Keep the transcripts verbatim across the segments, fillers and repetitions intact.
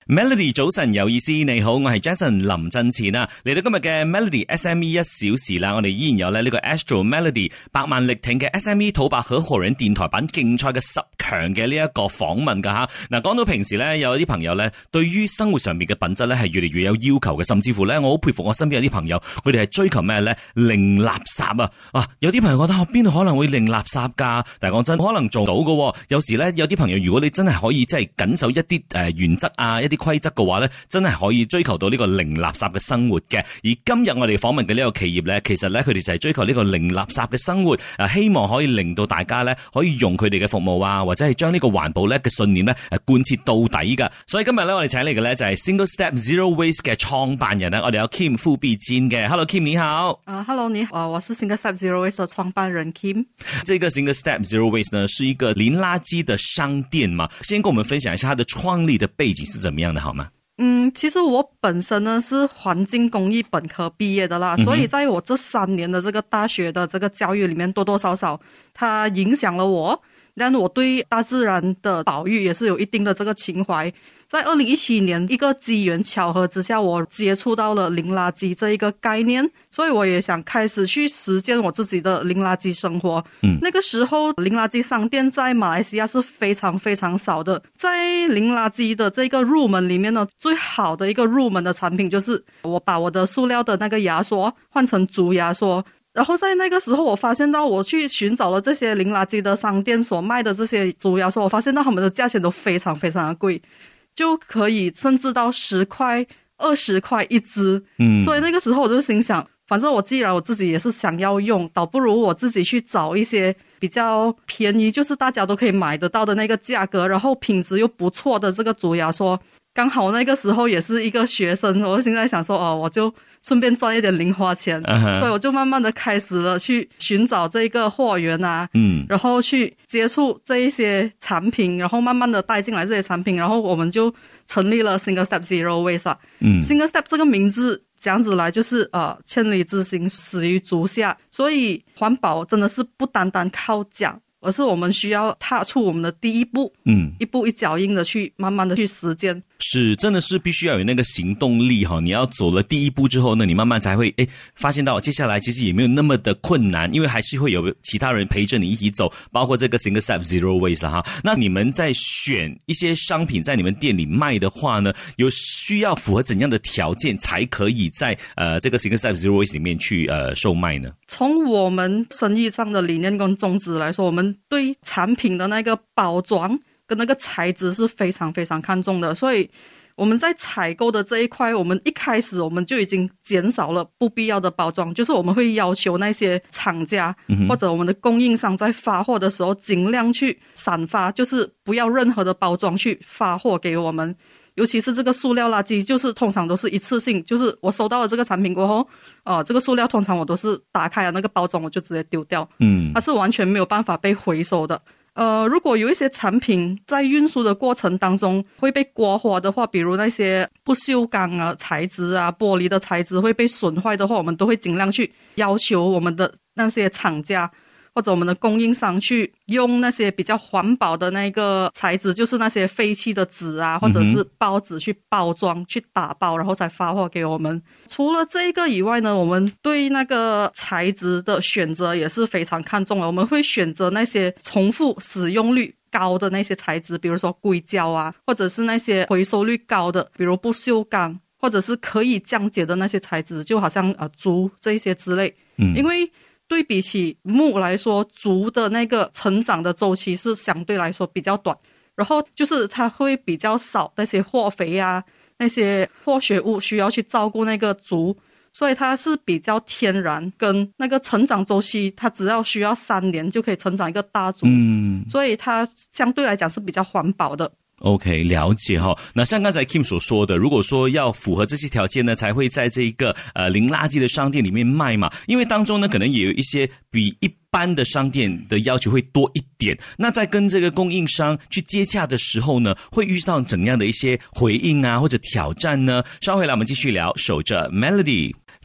Melody 早晨有意思，你好，我係 Jason 林振前啊，嚟到今日嘅 Melody S M E 一小時啦，我哋依然有咧呢個 Astro Melody 百萬力挺嘅 S M E 土白合夥人電台版競賽嘅十強嘅呢一個訪問噶吓。嗱，講到平時咧，有啲朋友咧對於生活上面嘅品質咧係越嚟越有要求嘅，甚至乎咧我好佩服我身邊有啲朋友，佢哋係追求咩咧？零垃圾啊！啊，有啲朋友覺得邊度可能會零垃圾噶？但係講真，可能做到嘅。有時咧，有啲朋友如果你真係可以即係謹守一啲誒原則啊，一啲規則嘅話咧，真係可以追求到呢個零垃圾嘅生活嘅。而今日我哋訪問嘅呢個企業咧，其實咧佢哋就係追求呢個零垃圾嘅生活，啊，希望可以令到大家咧可以用佢哋嘅服務啊，或者係將呢個環保咧嘅信念咧誒貫徹到底噶。所以今日咧我哋請嚟嘅咧就係 Single Step Zero Waste 嘅創辦人啊，我哋有 Kim 傅碧金嘅。Hello Kim 你好。 啊、uh, Hello 你好，我是 Single Step Zero Waste 的創辦人 Kim。 這個 Single Step Zero Waste 呢是一個零垃圾的商店嘛，先跟我們分享一下它的創立的背景是怎麼樣的好嗎？ 嗯，其實我本身呢是環境工藝本科畢業的啦，嗯、所以在我這三年的這個大學的這個教育裏面，多多少少它影響了我，但我對大自然的保育也是有一定的這個情懷。在二零一七年一個機緣巧合之下，我接觸到了零垃圾這一個概念，所以我也想開始去實踐我自己的零垃圾生活。嗯，那個時候零垃圾商店在馬來西亞是非常非常少的。在零垃圾的這個入門裡面呢，最好的一個入門的產品就是我把我的塑料的那個牙刷換成竹牙刷。然後在那個時候我發現到我去尋找了這些零垃圾的商店所賣的這些竹牙刷，我發現到他們的價錢都非常非常的貴，就可以甚至到十塊、二十塊一支。嗯，所以那個時候我就心想，反正我既然我自己也是想要用，倒不如我自己去找一些比較便宜，就是大家都可以買得到的那個價格，然後品質又不錯的這個竹牙刷。剛好那個時候也是一個學生，我現在想說哦，我就順便賺一點零花錢， uh-huh. 所以我就慢慢的開始了去尋找這個貨源啊，嗯，然後去接觸這一些產品，然後慢慢的帶進來這些產品，然後我們就成立了 Single Step Zero Waste。嗯 Single Step 這個名字這樣子來就是呃千里之行，始於足下，所以環保真的是不單單靠講，而是我們需要踏出我們的第一步，嗯，一步一腳印的去慢慢的去實踐。 是，真的是必須要有那個行動力哈！你要走了第一步之後呢，你慢慢才會誒發現到接下來其實也沒有那麼的困難，因為還是會有其他人陪着你一起走，包括這個 Single Step Zero Waste 哈。那你們在選一些商品在你們店裏賣的話呢，有需要符合怎樣的條件才可以在呃這個 Single Step Zero Waste 裏面去呃售賣呢？ 從我們生意上的理念跟宗旨來說，我們對產品的那個包裝跟那個材質是非常非常看重的，所以我們在採購的這一塊，我們一開始我們就已經減少了不必要的包裝，就是我們會要求那些廠家或者我們的供應商在發貨的時候盡量去散發，就是不要任何的包裝去發貨給我們。尤其是這個塑料垃圾，就是通常都是一次性，就是我收到了這個產品過後，呃，這個塑料通常我都是打開了那個包裝我就直接丟掉，嗯，它是完全沒有辦法被回收的。呃，如果有一些產品在運輸的過程當中會被刮花的話，比如那些不鏽鋼啊材質啊、玻璃的材質會被損壞的話，我們都會盡量去要求我們的那些廠家或者我們的供應商去用那些比較環保的那個材質，就是那些廢棄的紙啊，或者是報紙去包裝、去打包，然後再發貨給我們。除了這個以外呢，我們對那個材質的選擇也是非常看重的。我們會選擇那些重複使用率高的那些材質，比如說硅膠啊，或者是那些回收率高的，比如不鏽鋼，或者是可以降解的那些材質，就好像呃竹這一些之類。嗯，因為對比起木來說，竹的那個成長的周期是相對來說比較短，然後就是它會比較少那些化肥啊，那些化學物需要去照顧那個竹，所以它是比較天然，跟那個成長周期它只要需要三年就可以成長一個大竹，嗯，所以它相對來講是比較環保的。 OK， 了解哈。那像剛才 Kim 所說的，如果說要符合這些條件呢，才會在這一個呃零垃圾的商店裡面賣嘛。因為當中呢，可能也有一些比一般的商店的要求會多一點。那在跟這個供應商去接洽的時候呢，會遇上怎樣的一些回應啊，或者挑戰呢？稍後來我們繼續聊，守着 Melody。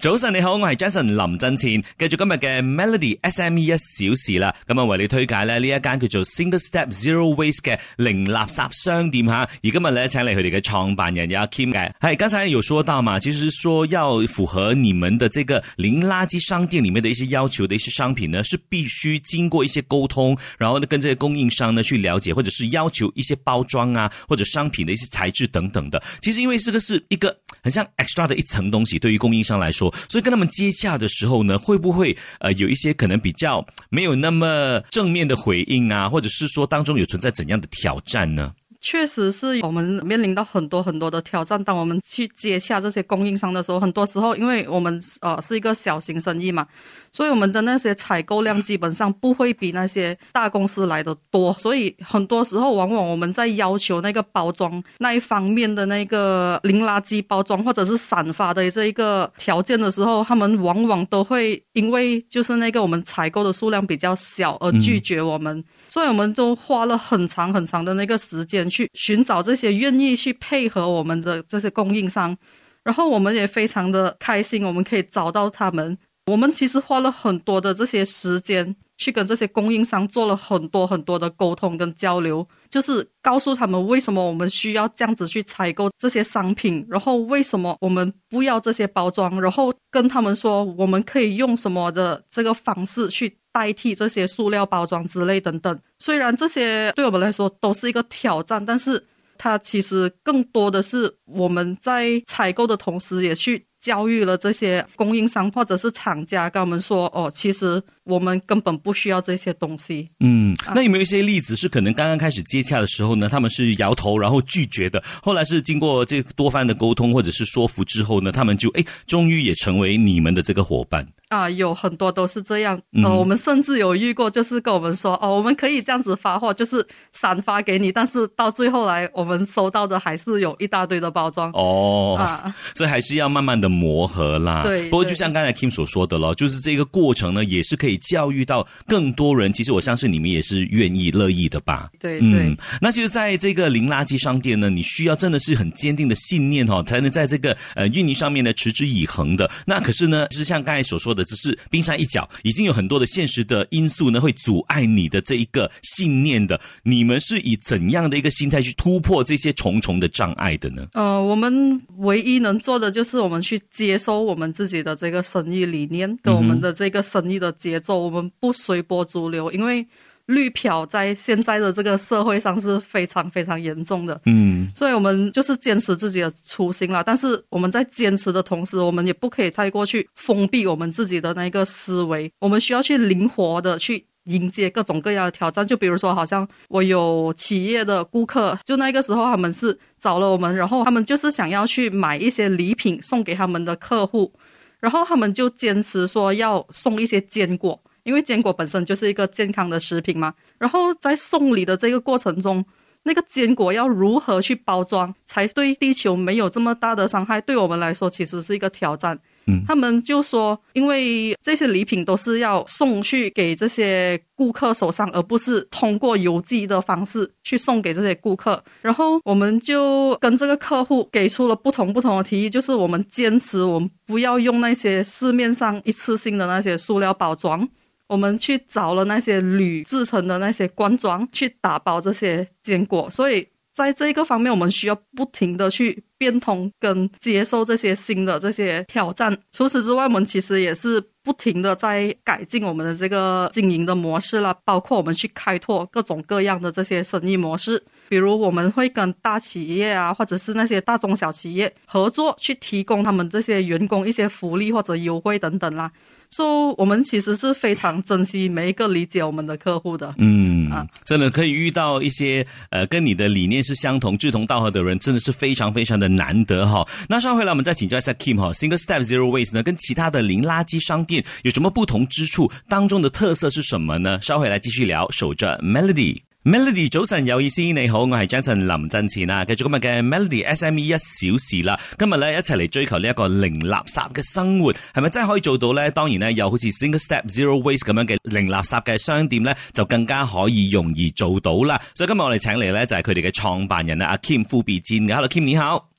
早晨你好，我係 Jason 林振前，繼續今日嘅 Melody S M E 一小時啦。咁啊為你推介咧呢一間叫做 Single Step Zero Waste 嘅零垃圾商店吓，而今日咧請嚟佢哋嘅創辦人有阿 Kim 嘅。係剛才有說到嘛，其實說要符合你們的這個零垃圾商店裏面的一些要求的一些商品呢，是必須經過一些溝通，然後呢跟這些供應商呢去了解，或者是要求一些包裝啊，或者商品的一些材質等等的。其實因為這個是一個很像 extra 的一層東西，對於供應商來說，所以跟他們接洽的時候呢，會不會呃有一些可能比較沒有那麼正面的回應啊，或者是說當中有存在怎樣的挑戰呢？ 確實是我們面臨到很多很多的挑戰，當我們去接洽這些供應商的時候，很多時候因為我們呃是一個小型生意嘛，所以我們的那些採購量基本上不會比那些大公司來得多，所以很多時候往往我們在要求那個包裝那一方面的那個零垃圾包裝或者是散發的這一個條件的時候，他們往往都會因為就是那個我們採購的數量比較小而拒絕我們、嗯、所以我們都花了很長很長的那個時間去尋找這些願意去配合我們的這些供應商，然後我們也非常的開心我們可以找到他們。我們其實花了很多的這些時間去跟這些供應商做了很多很多的溝通跟交流，就是告訴他們為什麼我們需要這樣子去採購這些商品，然後為什麼我們不要這些包裝，然後跟他們說我們可以用什麼的這個方式去代替這些塑料包裝之類等等。雖然這些對我們來說都是一個挑戰，但是它其實更多的是我們在採購的同時也去教育了這些供應商或者是廠家，跟我們說哦，其實我們根本不需要這些東西。嗯， 那有沒有一些例子是可能剛剛開始接洽的時候呢，他們是搖頭然後拒絕的，後來是經過這多番的溝通或者是說服之後呢，他們就誒終於也成為你們的這個夥伴啊？有很多都是這樣、嗯呃、我們甚至有遇過就是跟我們說哦，我們可以這樣子發貨，就是散發給你，但是到最後來我們收到的還是有一大堆的包裝哦啊，所以還是要慢慢的磨合啦。 對， 不過就像剛才 Kim 所說的咯，就是這個過程呢也是可以教育到更多人，其實我相信你們也是願意樂意的吧。 對對、嗯， 那其實在這個零垃圾商店呢，你需要真的是很堅定的信念哦，才能在這個呃運營上面呢持之以恆的。那可是呢是像剛才所說的，只是冰山一角，已經有很多的現實的因素呢會阻礙你的這一個信念的。你們是以怎樣的一個心態去突破這些重重的障礙的呢？呃， 我們唯一能做的就是我們去接收我們自己的這個生意理念跟我們的這個生意的節奏、嗯、我們不隨波逐流，因為綠漂在現在的這個社會上是非常非常嚴重的，嗯，所以我們就是堅持自己的初心啦。但是我們在堅持的同時，我們也不可以太過去封閉我們自己的那個思維，我們需要去靈活的去迎接各種各樣的挑戰。就比如說好像我有企業的顧客，就那個時候他們是找了我們，然後他們就是想要去買一些禮品送給他們的客戶，然後他們就堅持說要送一些堅果，因為堅果本身就是一個健康的食品嘛，然後在送禮的這個過程中，那個堅果要如何去包裝才對地球沒有這麼大的傷害，對我們來說其實是一個挑戰。嗯，他們就說因為這些禮品都是要送去給這些顧客手上，而不是通過郵寄的方式去送給這些顧客，然後我們就跟這個客戶給出了不同不同的提議，就是我們堅持我們不要用那些市面上一次性的那些塑料包裝，我們去找了那些鋁製成的那些罐裝去打包這些堅果。所以在這個方面我們需要不停的去變通跟接受這些新的這些挑戰。除此之外，我們其實也是不停的在改進我們的這個經營的模式啦，包括我們去開拓各種各樣的這些生意模式，比如我們會跟大企業啊，或者是那些大中小企業合作，去提供他們這些員工一些福利或者優惠等等啦。所以我們其實是非常珍惜每一個理解我們的客戶的。嗯，啊， 真的可以遇到一些呃跟你的理念是相同志同道合的人，真的是非常非常的難得哈。那稍後回來我們再請教一下 Kim 哈 ，Single Step Zero Waste 呢跟其他的零垃圾商店有什麼不同之處？當中的特色是什麼呢？稍後回來繼續聊，守着 Melody。Melody 早晨有意思，你好，我係 Jason 林振前啊，繼續今日嘅 Melody S M E 一小時啦。今日咧一齊嚟追求呢一個零垃圾嘅生活，係咪真係可以做到咧？當然咧，有好似 Single Step Zero Waste 咁樣嘅零垃圾嘅商店咧，就更加可以容易做到啦。所以今日我哋請嚟咧就係佢哋嘅創辦人啊，阿 Kim 傅必堅嘅。Hello Kim 你好。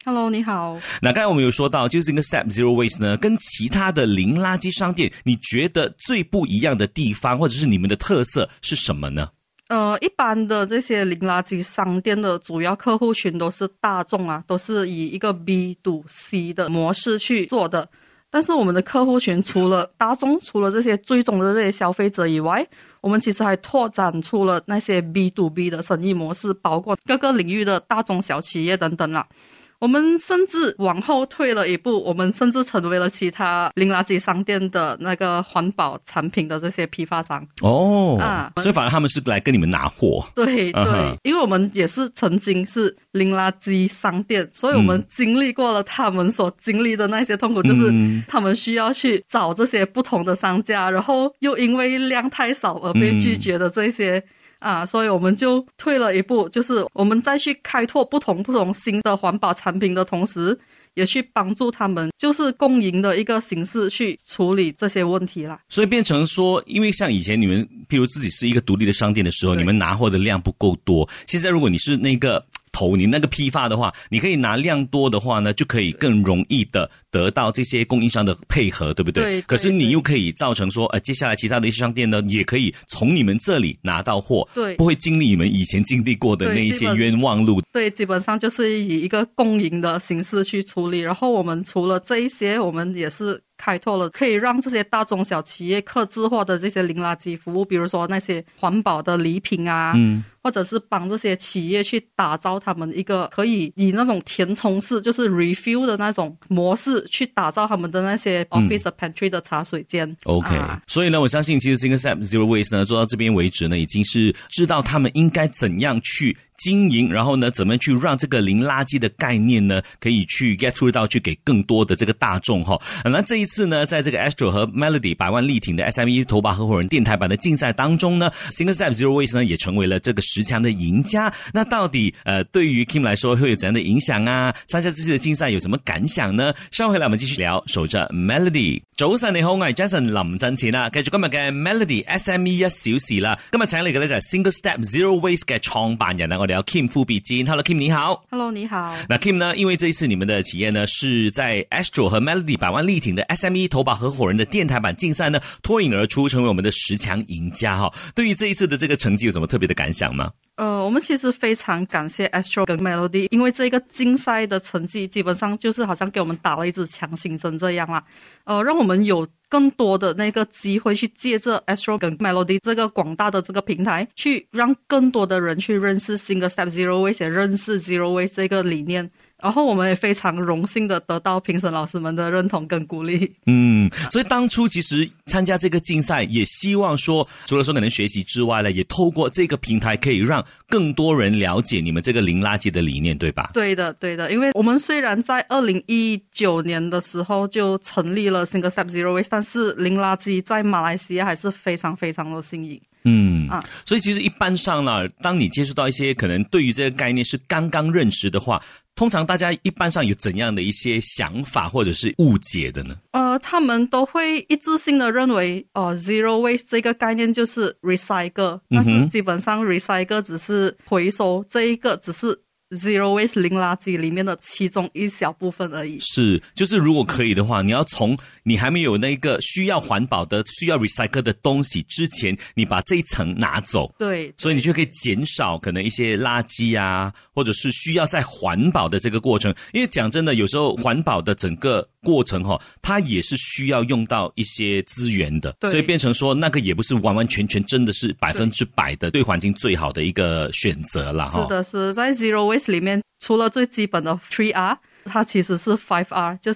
Hello， 你好。 那刚才我们有说到，就是这个 Step Zero Waste 呢，跟其他的零垃圾商店，你觉得最不一样的地方，或者是你们的特色是什么呢？ 呃，一般的这些零垃圾商店的主要客户群都是大众啊，都是以一个 B to C 的模式去做的。但是我们的客户群除了大众，除了这些最终的这些消费者以外，我们其实还拓展出了那些 B to B 的生意模式，包括各个领域的大中小企业等等啦。我们甚至往后退了一步，我们甚至成为了其他零垃圾商店的那个环保产品的这些批发商。 哦，啊，所以反而他们是来跟你们拿货。 对对、uh-huh. 因为我们也是曾经是零垃圾商店，所以我们经历过了他们所经历的那些痛苦、嗯、就是他们需要去找这些不同的商家，然后又因为量太少而被拒绝的这些、嗯啊，所以我们就退了一步，就是我们再去开拓不同不同新的环保产品的同时，也去帮助他们，就是共赢的一个形式去处理这些问题啦。 所以变成说，因为像以前你们，譬如自己是一个独立的商店的时候，你们拿货的量不够多。现在如果你是那个头，你那个批发的话，你可以拿量多的话呢，就可以更容易的得到这些供应商的配合，对不对？对。可是你又可以造成说，呃，接下来其他的一些商店呢，也可以从你们这里拿到货，对，不会经历你们以前经历过的那一些冤枉路。 对，基本上就是以一个共赢的形式去处理。然后我们除了这一些，我们也是开拓了可以让这些大中小企业客制化的这些零垃圾服务，比如说那些环保的礼品啊，嗯，或者是帮这些企业去打造他们一个可以以那种填充式，就是 refill 的那种模式去打造他们的那些 office pantry 的茶水间。 OK，、啊、所以呢，我相信其实这个 Step Zero Waste 呢做到这边为止呢，已经是知道他们应该怎样去经营，然后呢，怎么去让这个零垃圾的概念呢，可以去 get through 到去给更多的这个大众哈。那这一次呢，在这个 Astro 和 Melody 百万力挺的 S M E 头把合伙人电台版的竞赛当中呢 ，Single Step Zero Waste 呢也成为了这个十强的赢家。那到底呃对于 Kim 来说会有怎样的影响啊？参加这次的竞賽有什么感想呢？稍後回來我們繼續聊，守着 Melody。早晨你好，我係 Jason 林振前啦，繼續今日嘅 Melody S M E 一小時啦。今日請嚟嘅咧就係 Single Step Zero Waste 嘅創辦人啊，我哋有 Kim 傅比金。Hello Kim 你好。 Hello 你好。 那 Kim 呢，因為這一次你們的企業呢是在 Astro 和 Melody 百萬力挺的 S M E 頭把合夥人的電台版競賽呢脫穎而出，成為我們的十強贏家哈。對於這一次的這個成績有什麼特別的感想嗎？ 呃，我們其實非常感謝 Astro 跟 Melody， 因為這個競賽的成績基本上就是好像給我們打了一支強心針這樣啦，呃，讓我們有更多的那個機會去借着 Astro 跟 Melody 這個廣大的這個平台，去讓更多的人去認識 Single Step Zero Waste， 也認識 Zero Waste 這個理念。然後我們也非常榮幸的得到評審老師們的認同跟鼓勵。 嗯，所以當初其實參加這個競賽，也希望說，除了說可能學習之外呢，也透過這個平台可以讓更多人了解你們這個零垃圾的理念，對吧？ 對的，對的。因為我們雖然在二零一九年的時候就成立了 Single Step Zero Waste， 但是零垃圾在馬來西亞還是非常非常的新穎。 嗯啊，所以其實一般上呢，當你接觸到一些可能對於這個概念是剛剛認識的話，通常大家一般上有怎樣的一些想法或者是誤解的呢？ 呃，他們都會一致性的認為，哦、呃、，zero waste 這個概念就是 recycle，、嗯、但是基本上 recycle 只是回收，這一個只是Zero Waste 零垃圾裡面的其中一小部分而已。 是，就是如果可以的話，你要從你還沒有那個需要環保的、需要 recycle 的東西之前，你把這一層拿走。 對， 所以你就可以減少可能一些垃圾啊，或者是需要在環保的這個過程。因為講真的，有時候環保的整個過程哈，它也是需要用到一些資源的，所以變成說那個也不是完完全全真的是百分之百的對環境最好的一個選擇啦。 是的，是在 Zero Waste裡面，除了最基本的 three R， 它其實是 five R， 就是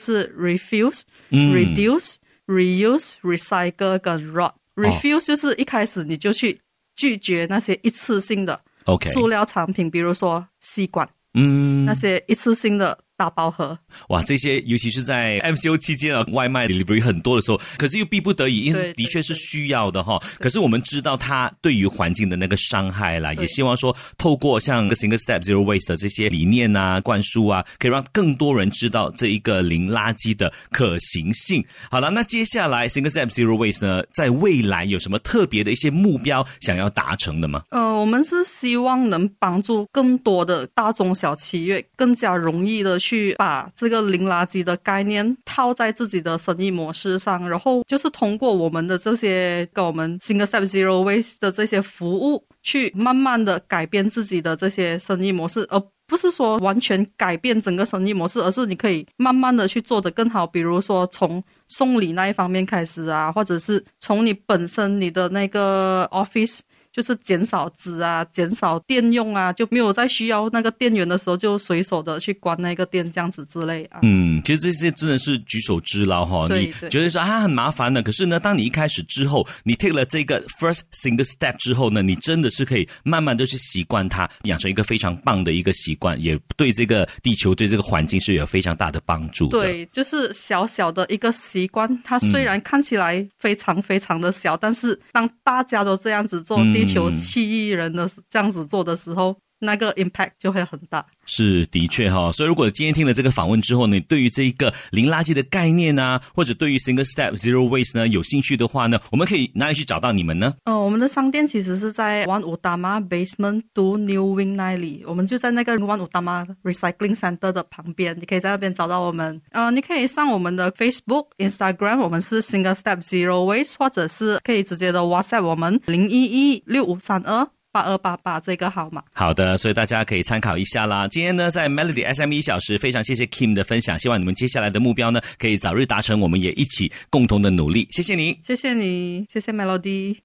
refuse、嗯、reduce、reuse、recycle 跟 rot。refuse、哦、就是一開始你就去拒絕那些一次性的塑料產品， okay. 比如說吸管，嗯，那些一次性的大包盒。哇， 這些尤其是在 M C O 期間啊，外賣 delivery 很多的時候，可是又逼不得已，因為的確是需要的哈。可是我們知道它對於環境的那個傷害啦，也希望說透過像 Single Step Zero Waste 的這些理念啊、灌輸啊，可以讓更多人知道這一個零垃圾的可行性。好了，那接下來 Single Step Zero Waste 呢，在未來有什麼特別的一些目標想要達成的嗎？ 呃，我們是希望能幫助更多的大中小企業更加容易的去把这个零垃圾的概念套在自己的生意模式上，然后就是通过我们的这些跟我们 Single Step Zero Waste 的这些服务，去慢慢的改变自己的这些生意模式，而不是说完全改变整个生意模式，而是你可以慢慢的去做得更好，比如说从送礼那一方面开始啊，或者是从你本身你的那个 office就是减少纸啊，减少电用啊，就没有再需要那个电源的时候就随手的去关那个电这样子之类啊。 嗯，其实这些真的是举手之劳哈。你觉得说啊很麻烦的，可是呢，当你一开始之后，你 take 了这个 first single step 之后呢，你真的是可以慢慢的去习惯它，养成一个非常棒的一个习惯，也对这个地球对这个环境是有非常大的帮助的。 对，就是小小的一个习惯，它虽然看起来非常非常的小，嗯、但是当大家都这样子做，嗯、地球七亿人的这样子做的时候，那个 impact 就会很大。 是的确哈、哦，所以如果今天听了这个访问之后呢，对于这一个零垃圾的概念啊，或者对于 Single Step Zero Waste 呢有兴趣的话呢，我们可以哪里去找到你们呢？ 呃，我们的商店其实是在 One Utama Basement Two New Wing 那里，我们就在那个 One Utama Recycling Center 的旁边，你可以在那边找到我们。呃，你可以上我们的 Facebook、Instagram， 我们是 Single Step Zero Waste， 或者是可以直接的 WhatsApp 我们零一一六五三二八二八八这个号码。 好的，所以大家可以参考一下啦。今天呢，在 Melody S M E 一小时，非常谢谢 Kim 的分享，希望你们接下来的目标呢，可以早日达成，我们也一起共同的努力。谢谢你， 谢谢你，谢谢 Melody。